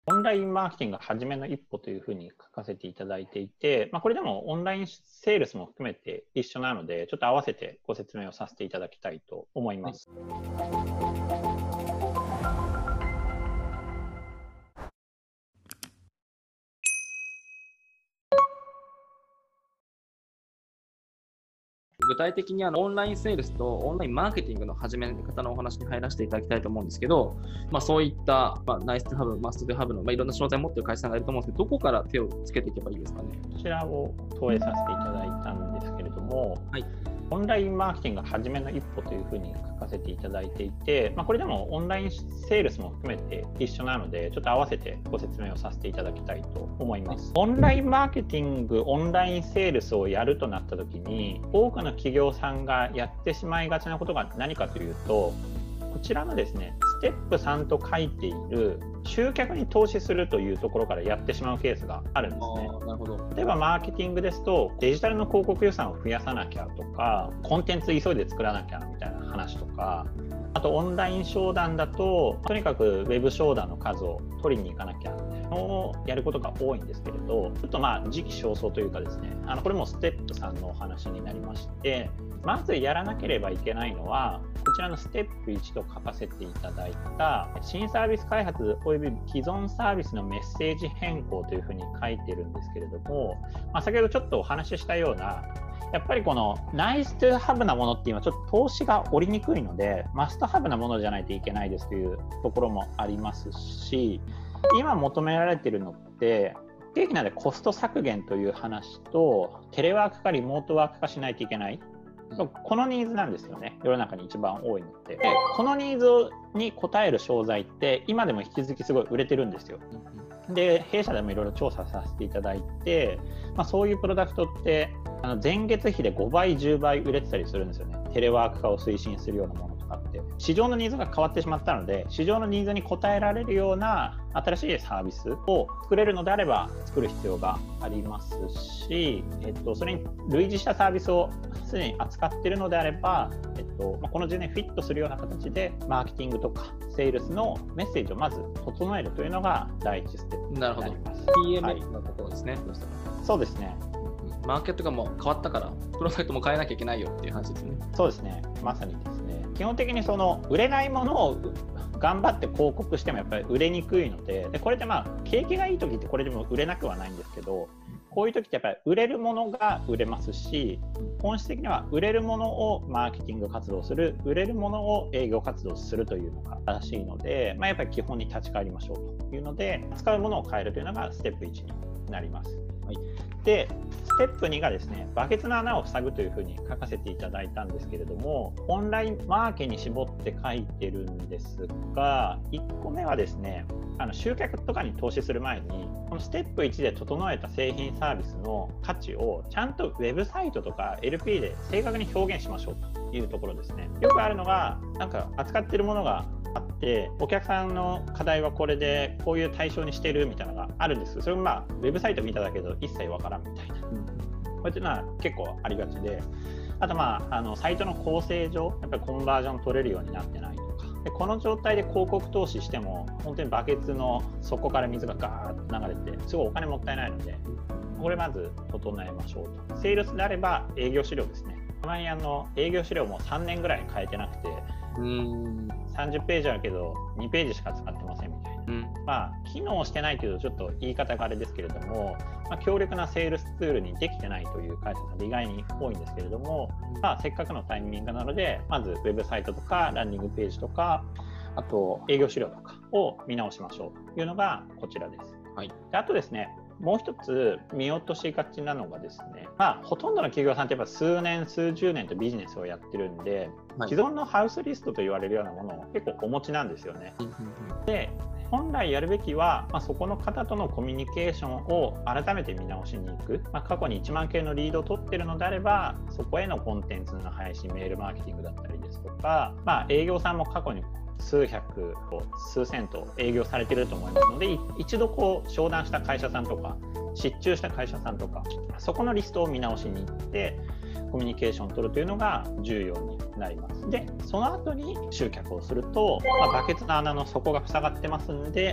オンラインマーケティング初めの一歩というふうに書かせていただいていて、これでもオンラインセールスも含めて一緒なので、ちょっと合わせてご説明をさせていただきたいと思います。 具体的にオンラインセールスとオンラインマーケティングの始め方のお話に入らせていただきたいと思うんですけど、そういった、ナイストゥハブ、マストトゥハブの、いろんな商材を持っている会社さんがいると思うんですけど、どこから手をつけていけばいいですかね。 こちらを投影させていただいたんですけれども、オンラインマーケティング初めの一歩というふうに書かせていただいていて、これでもオンラインセールスも含めて一緒なので、ちょっと合わせてご説明をさせていただきたいと思います。オンラインマーケティング、オンラインセールスをやるとなった時に、多くの企業さんがやってしまいがちなことが何かというと、こちらのですね、ステップ3と書いている集客に投資するというところからやってしまうケースがあるんですね。 なるほど。 例えばマーケティングですと、デジタルの広告予算を増やさなきゃとか、コンテンツ急いで作らなきゃみたいな話とか、あとオンライン商談だと、とにかくウェブ商談の数を取りに行かなきゃみたいなのをやることが多いんですけれど、ちょっと時期尚早というかですね、これもステップ3のお話になりまして、まずやらなければいけないのは、こちらのステップ1と書かせていただいた新サービス開発および既存サービスのメッセージ変更というふうに書いてるんですけれども、先ほどちょっとお話ししたような、やっぱりこのナイストゥハブなものっていうのはちょっと投資が降りにくいので、マストハブなものじゃないといけないですというところもありますし、今求められているのって不景気なのでコスト削減という話と、テレワークかリモートワーク化しないといけない、このニーズなんですよね。世の中に一番多いのって。でこのニーズに応える商材って今でも引き続きすごい売れてるんですよ。で弊社でもいろいろ調査させていただいて、そういうプロダクトって前月比で5倍10倍売れてたりするんですよね。テレワーク化を推進するようなものとかって市場のニーズが変わってしまったので、市場のニーズに応えられるような新しいサービスを作れるのであれば作る必要がありますし、それに類似したサービスをすでに扱っているのであれば、この時代にフィットするような形でマーケティングとかセールスのメッセージをまず整えるというのが第一ステップになります。 PMF のところですね。 そうですね。 マーケットがもう変わったからプロダクトも変えなきゃいけないよっていう話ですね。 そうですね。まさにですね。基本的にその売れないものを頑張って広告してもやっぱり売れにくいので、これで景気がいい時ってこれでも売れなくはないんですけど、こういう時ってやっぱり売れるものが売れますし、本質的には売れるものをマーケティング活動する、売れるものを営業活動するというのが正しいので、やっぱり基本に立ち返りましょうというので、使うものを変えるというのがステップ1になります。でステップ2がですね、バケツの穴を塞ぐというふうに書かせていただいたんですけれども、オンラインマーケに絞って書いてるんですが、1個目はですね、集客とかに投資する前に、このステップ1で整えた製品サービスの価値をちゃんとウェブサイトとか LP で正確に表現しましょうというところですね。よくあるのが、扱っているものがあって、お客さんの課題はこれでこういう対象にしてるみたいなのがあるんです。それもウェブサイト見ただけど一切わからんみたいな、こういうのは結構ありがちで、あとサイトの構成上やっぱりコンバージョン取れるようになってないとかで、この状態で広告投資しても本当にバケツの底から水がガーッと流れてすごいお金もったいないので、これまず整えましょうと。セールスであれば営業資料ですね。たまに営業資料も3年ぐらい変えてなくて、30ページあるけど2ページしか使ってませんみたいな、機能してないけどちょっと言い方があれですけれども、強力なセールスツールにできてないという会社さん意外に多いんですけれども、せっかくのタイミングなのでまずウェブサイトとかランディングページとか、あと営業資料とかを見直しましょうというのがこちらです。であとですね、もう一つ見落としがちなのがですね、ほとんどの企業さんってやっぱ数年数十年とビジネスをやってるんで、既存のハウスリストと言われるようなものを結構お持ちなんですよね。で本来やるべきは、そこの方とのコミュニケーションを改めて見直しに行く、過去に1万件のリードを取っているのであれば、そこへのコンテンツの配信、メールマーケティングだったりですとか、営業さんも過去に数百と数千と営業されていると思いますので、一度商談した会社さんとか失注した会社さんとか、そこのリストを見直しに行ってコミュニケーションを取るというのが重要になります。でその後に集客をすると、バケツの穴の底が塞がってますんで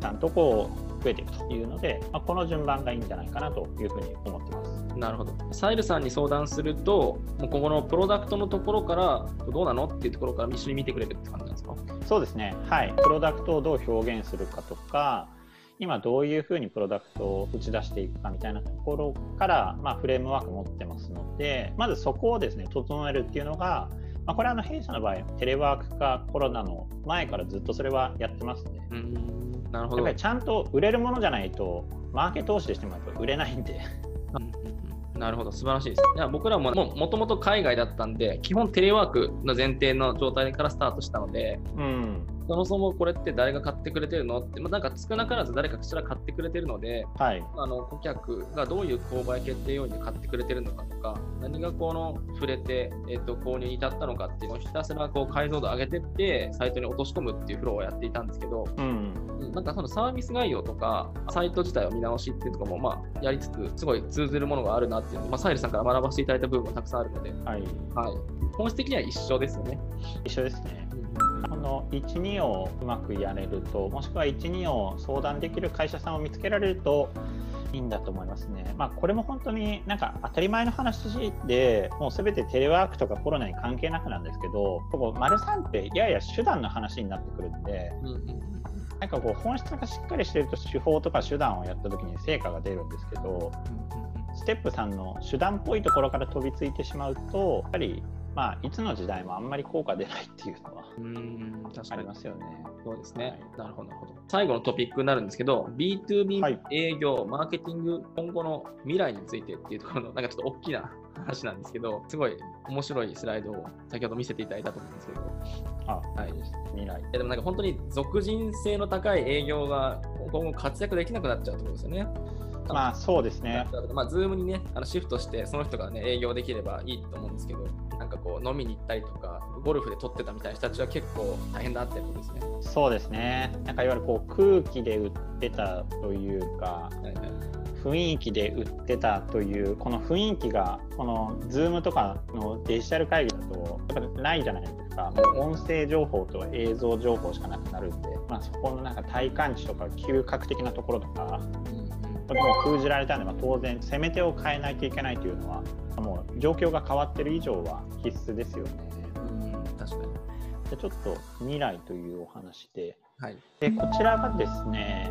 だんとこう増えていくというので、この順番がいいんじゃないかなというふうに思ってます。 なるほど。サイルさんに相談すると、もうここのプロダクトのところからどうなのっていうところから一緒に見てくれるって感じなんですか？ そうですね。はい。プロダクトをどう表現するかとか、今どういうふうにプロダクトを打ち出していくかみたいなところから、フレームワーク持ってますので、まずそこをですね、整えるっていうのが、これは弊社の場合、テレワークかコロナの前からずっとそれはやってますね。 なるほど。 やっぱりちゃんと売れるものじゃないと、マーケ投資でしてもやっぱ売れないんで。 なるほど、素晴らしいです。いや僕らももともと海外だったんで、基本テレワークの前提の状態からスタートしたので、そもそもこれって誰が買ってくれてるのって、なんか少なからず誰かしら買ってくれてるので、顧客がどういう購買決定要因で買ってくれてるのかとか、何がこの触れて、購入に至ったのかっていうのをひたすらこう解像度上げていって、サイトに落とし込むっていうフローをやっていたんですけど、なんかそのサービス概要とか、サイト自体を見直しっていうところもやりつつ、すごい通ずるものがあるなっていうので、サイルさんから学ばせていただいた部分がたくさんあるので、本質的には一緒ですよね。 一緒ですね。この 1,2 をうまくやれると、もしくは 1,2 を相談できる会社さんを見つけられるといいんだと思いますね。これも本当になんか当たり前の話で、もうすべてテレワークとかコロナに関係なくなんですけど、ここ丸3ってやや手段の話になってくるんで、なんかこう本質がしっかりしてると手法とか手段をやった時に成果が出るんですけど、ステップ3の手段っぽいところから飛びついてしまうと、やっぱりいつの時代もあんまり効果出ないっていうのはありますよね。 そうですね。なるほど。最後のトピックになるんですけど、B2B 営業、マーケティング、今後の未来についてっていうところの、なんかちょっと大きな話なんですけど、すごい面白いスライドを先ほど見せていただいたと思うんですけど。未来。でもなんか本当に属人性の高い営業が今後活躍できなくなっちゃうところですよね。 そうですね。 ズームにね、シフトして、その人がね、営業できればいいと思うんですけど、なんかこう、飲みに行ったりとか、ゴルフで撮ってたみたいな人たちは結構大変だってことですね。 そうですね。なんかいわゆるこう、空気で売ってたというか、雰囲気で売ってたという、この雰囲気が、このズームとかのデジタル会議だと、やっぱりないじゃないですか。もう音声情報と映像情報しかなくなるんで、そこのなんか体感値とか、嗅覚的なところとか、これも封じられたので、当然攻め手を変えないといけないというのはもう状況が変わっている以上は必須ですよね。 確かに。 でちょっと未来というお話で、でこちらがですね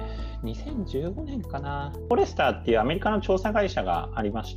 2015年かな、フォレスターっていうアメリカの調査会社がありまして、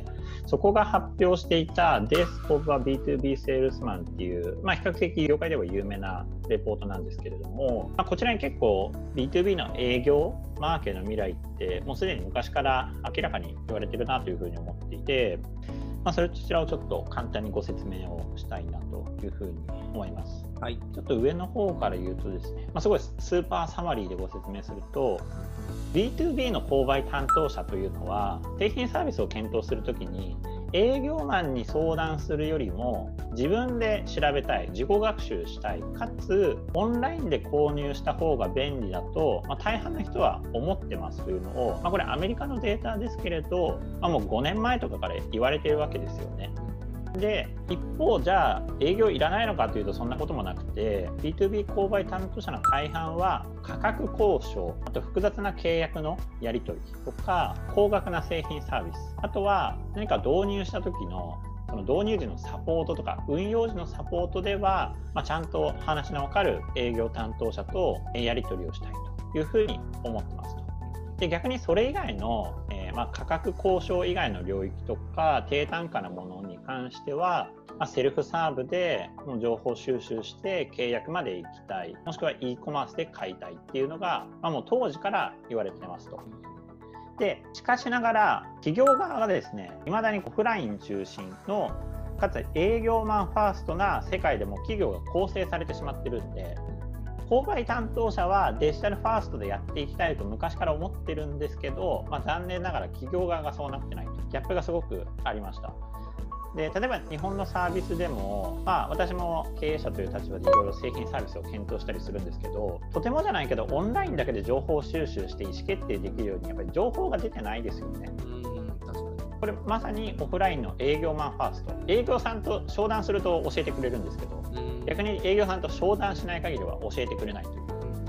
そこが発表していた Death of a B2B Salesman っていう、比較的業界では有名なレポートなんですけれども、こちらに結構 B2B の営業マーケの未来ってもうすでに昔から明らかに言われてるなというふうに思っていて、そちらをちょっと簡単にご説明をしたいなというふうに思います。ちょっと上の方から言うとですね、すごいスーパーサマリーでご説明すると、B2B の購買担当者というのは製品サービスを検討するときに営業マンに相談するよりも自分で調べたい、自己学習したい、かつオンラインで購入した方が便利だと、大半の人は思ってますというのを、これアメリカのデータですけれど、もう5年前とかから言われているわけですよね。で一方じゃあ営業いらないのかというとそんなこともなくて、 B2B 購買担当者の大半は価格交渉、あと複雑な契約のやり取りとか高額な製品サービス、あとは何か導入した時のその導入時のサポートとか運用時のサポートでは、ちゃんと話の分かる営業担当者とやり取りをしたいというふうに思ってますと。で逆にそれ以外の、価格交渉以外の領域とか低単価なものに関しては、セルフサーブでもう情報収集して契約まで行きたい、もしくは e コマースで買いたいっていうのが、もう当時から言われてますと。でしかしながら企業側がですね、未だにオフライン中心のかつ営業マンファーストな世界でも企業が構成されてしまってるんで、購買担当者はデジタルファーストでやっていきたいと昔から思ってるんですけど、残念ながら企業側がそうなってないと、ギャップがすごくありました。で例えば日本のサービスでも、私も経営者という立場でいろいろ製品サービスを検討したりするんですけど、とてもじゃないけどオンラインだけで情報収集して意思決定できるようにやっぱり情報が出てないですよね。これまさにオフラインの営業マンファースト、営業さんと商談すると教えてくれるんですけど、逆に営業さんと商談しない限りは教えてくれないという。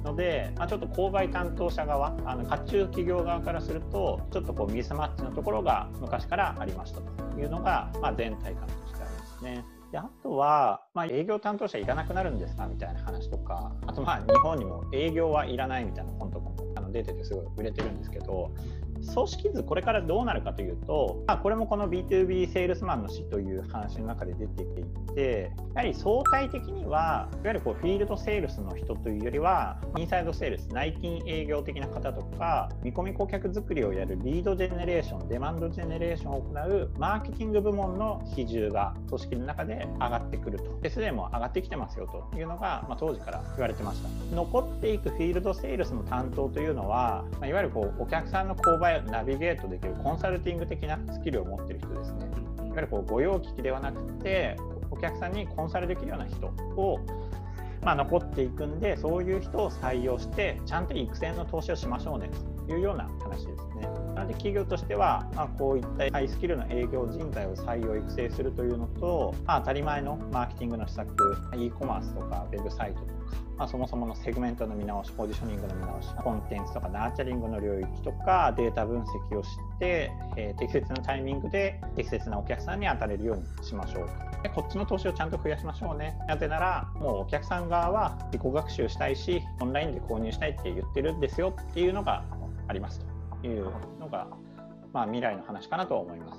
ので、ちょっと購買担当者側、発注企業側からすると、ちょっとこうミスマッチのところが昔からありましたというのが、全体感としてありますね。であとは、営業担当者いらなくなるんですかみたいな話とか、あと日本にも営業はいらないみたいな本とかも出ててすごい売れてるんですけど、組織図これからどうなるかというと、これもこの B2B セールスマンの死という話の中で出てきていて、やはり相対的にはいわゆるこうフィールドセールスの人というよりはインサイドセールス、内勤営業的な方とか、見込み顧客作りをやるリードジェネレーション、デマンドジェネレーションを行うマーケティング部門の比重が組織の中で上がってくると。ですでにも上がってきてますよというのが、当時から言われてました。残っていくフィールドセールスの担当というのは、いわゆるこうお客さんの購買をナビゲートできるコンサルティング的なスキルを持っている人ですね。いわゆるこう御用聞きではなくて、お客さんにコンサルできるような人を残っていくんで、そういう人を採用してちゃんと育成の投資をしましょうねというような話ですね。なので企業としては、こういったハイスキルの営業人材を採用育成するというのと、当たり前のマーケティングの施策、e コマースとかウェブサイトとか、そもそものセグメントの見直し、ポジショニングの見直し、コンテンツとかナーチャリングの領域とかデータ分析をして、適切なタイミングで適切なお客さんに当たれるようにしましょうと。でこっちの投資をちゃんと増やしましょうね。なぜならもうお客さん側は自己学習したいし、オンラインで購入したいって言ってるんですよっていうのがありますというのが、未来の話かなと思います。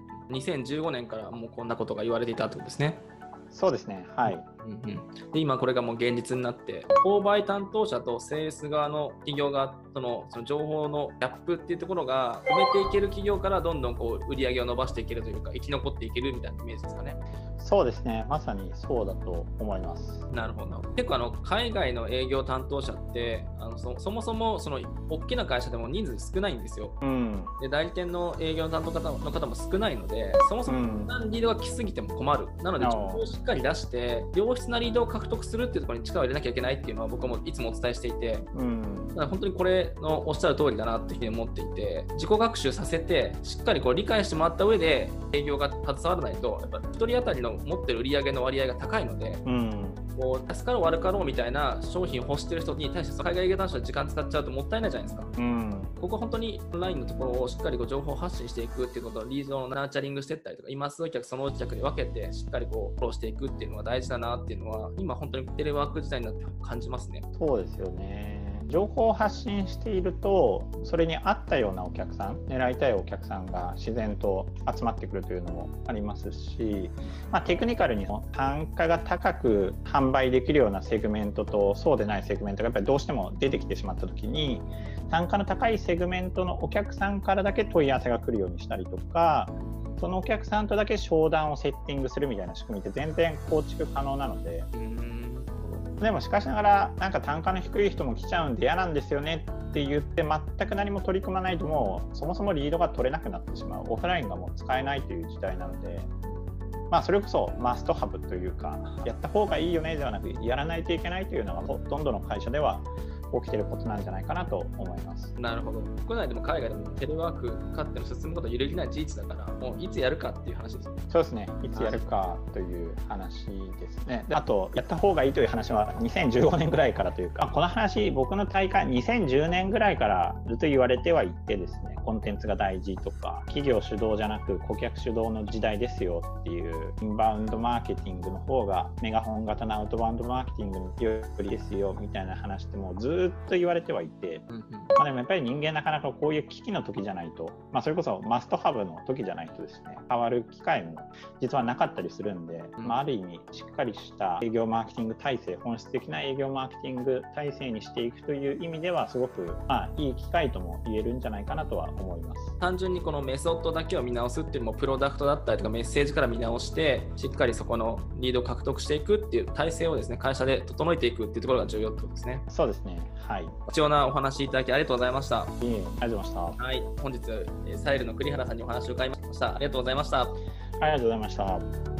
2015年からもうこんなことが言われていたということですね。 そうですね、はい。 で今これがもう現実になって、購買担当者とセールス側の企業がその情報のギャップっていうところが埋めていける企業からどんどんこう売り上げを伸ばしていけるというか、生き残っていけるみたいなイメージですかね。 そうですね、まさにそうだと思います。 なるほど。結構海外の営業担当者ってそもそもその大きな会社でも人数少ないんですよ。で代理店の営業担当の方も少ないので、そもそもリードが来すぎても困る。なので情報をしっかり出して良質なリードを獲得するっていうところに力を入れなきゃいけないっていうのは僕もいつもお伝えしていて、だから本当にこれのおっしゃる通りだなっていうふうに思っていて、自己学習させてしっかりこう理解してもらった上で営業が携わらないと、やっぱ1人当たりの持ってる売上の割合が高いので、こう助かろう悪かろうみたいな商品を欲してる人に対して海外営業担当者で時間使っちゃうともったいないじゃないですか。ここは本当にオンラインのところをしっかりこう情報発信していくっていうことをリードのナーチャリングしていったりとか、今数客その客に分けてしっかりこうフォローしていくっていうのが大事だなっていうのは今本当にテレワーク時代になって感じますね。 そうですよね。情報を発信していると、それに合ったようなお客さん、狙いたいお客さんが自然と集まってくるというのもありますし、テクニカルに単価が高く販売できるようなセグメントとそうでないセグメントがやっぱりどうしても出てきてしまったときに、単価の高いセグメントのお客さんからだけ問い合わせが来るようにしたりとか、そのお客さんとだけ商談をセッティングするみたいな仕組みって全然構築可能なので、でもしかしながら単価の低い人も来ちゃうんで嫌なんですよねって言って全く何も取り組まないと、もうそもそもリードが取れなくなってしまう、オフラインがもう使えないという時代なので、それこそマストハブというか、やった方がいいよねではなくやらないといけないというのがほとんどの会社では起きていることなんじゃないかなと思います。 なるほど。国内でも海外でもテレワーク化っていうの進むことは揺るぎない事実だから、もういつやるかっていう話ですね。 そうですね。いつやるかという話ですね。であと、やった方がいいという話は2015年ぐらいからというか、この話、僕の大会2010年ぐらいからずっと言われてはいてですね、コンテンツが大事とか、企業主導じゃなく顧客主導の時代ですよっていう、インバウンドマーケティングの方がメガホン型のアウトバウンドマーケティングのよりですよみたいな話ってもうずっと言われてはいて、でもやっぱり人間なかなかこういう危機の時じゃないと、それこそマストハブの時じゃないとですね、変わる機会も実はなかったりするんで、ある意味しっかりした営業マーケティング体制、本質的な営業マーケティング体制にしていくという意味ではすごくいい機会とも言えるんじゃないかなとは思います。 単純にこのメソッドだけを見直すっていうのも、プロダクトだったりとかメッセージから見直してしっかりそこのリードを獲得していくっていう体制をですね、会社で整えていくっていうところが重要ってことですね。 そうですね、はい。 貴重なお話いただきありがとうございました。 ありがとうございました。 はい、本日サイルの栗原さんにお話を伺いました。ありがとうございました。 ありがとうございました。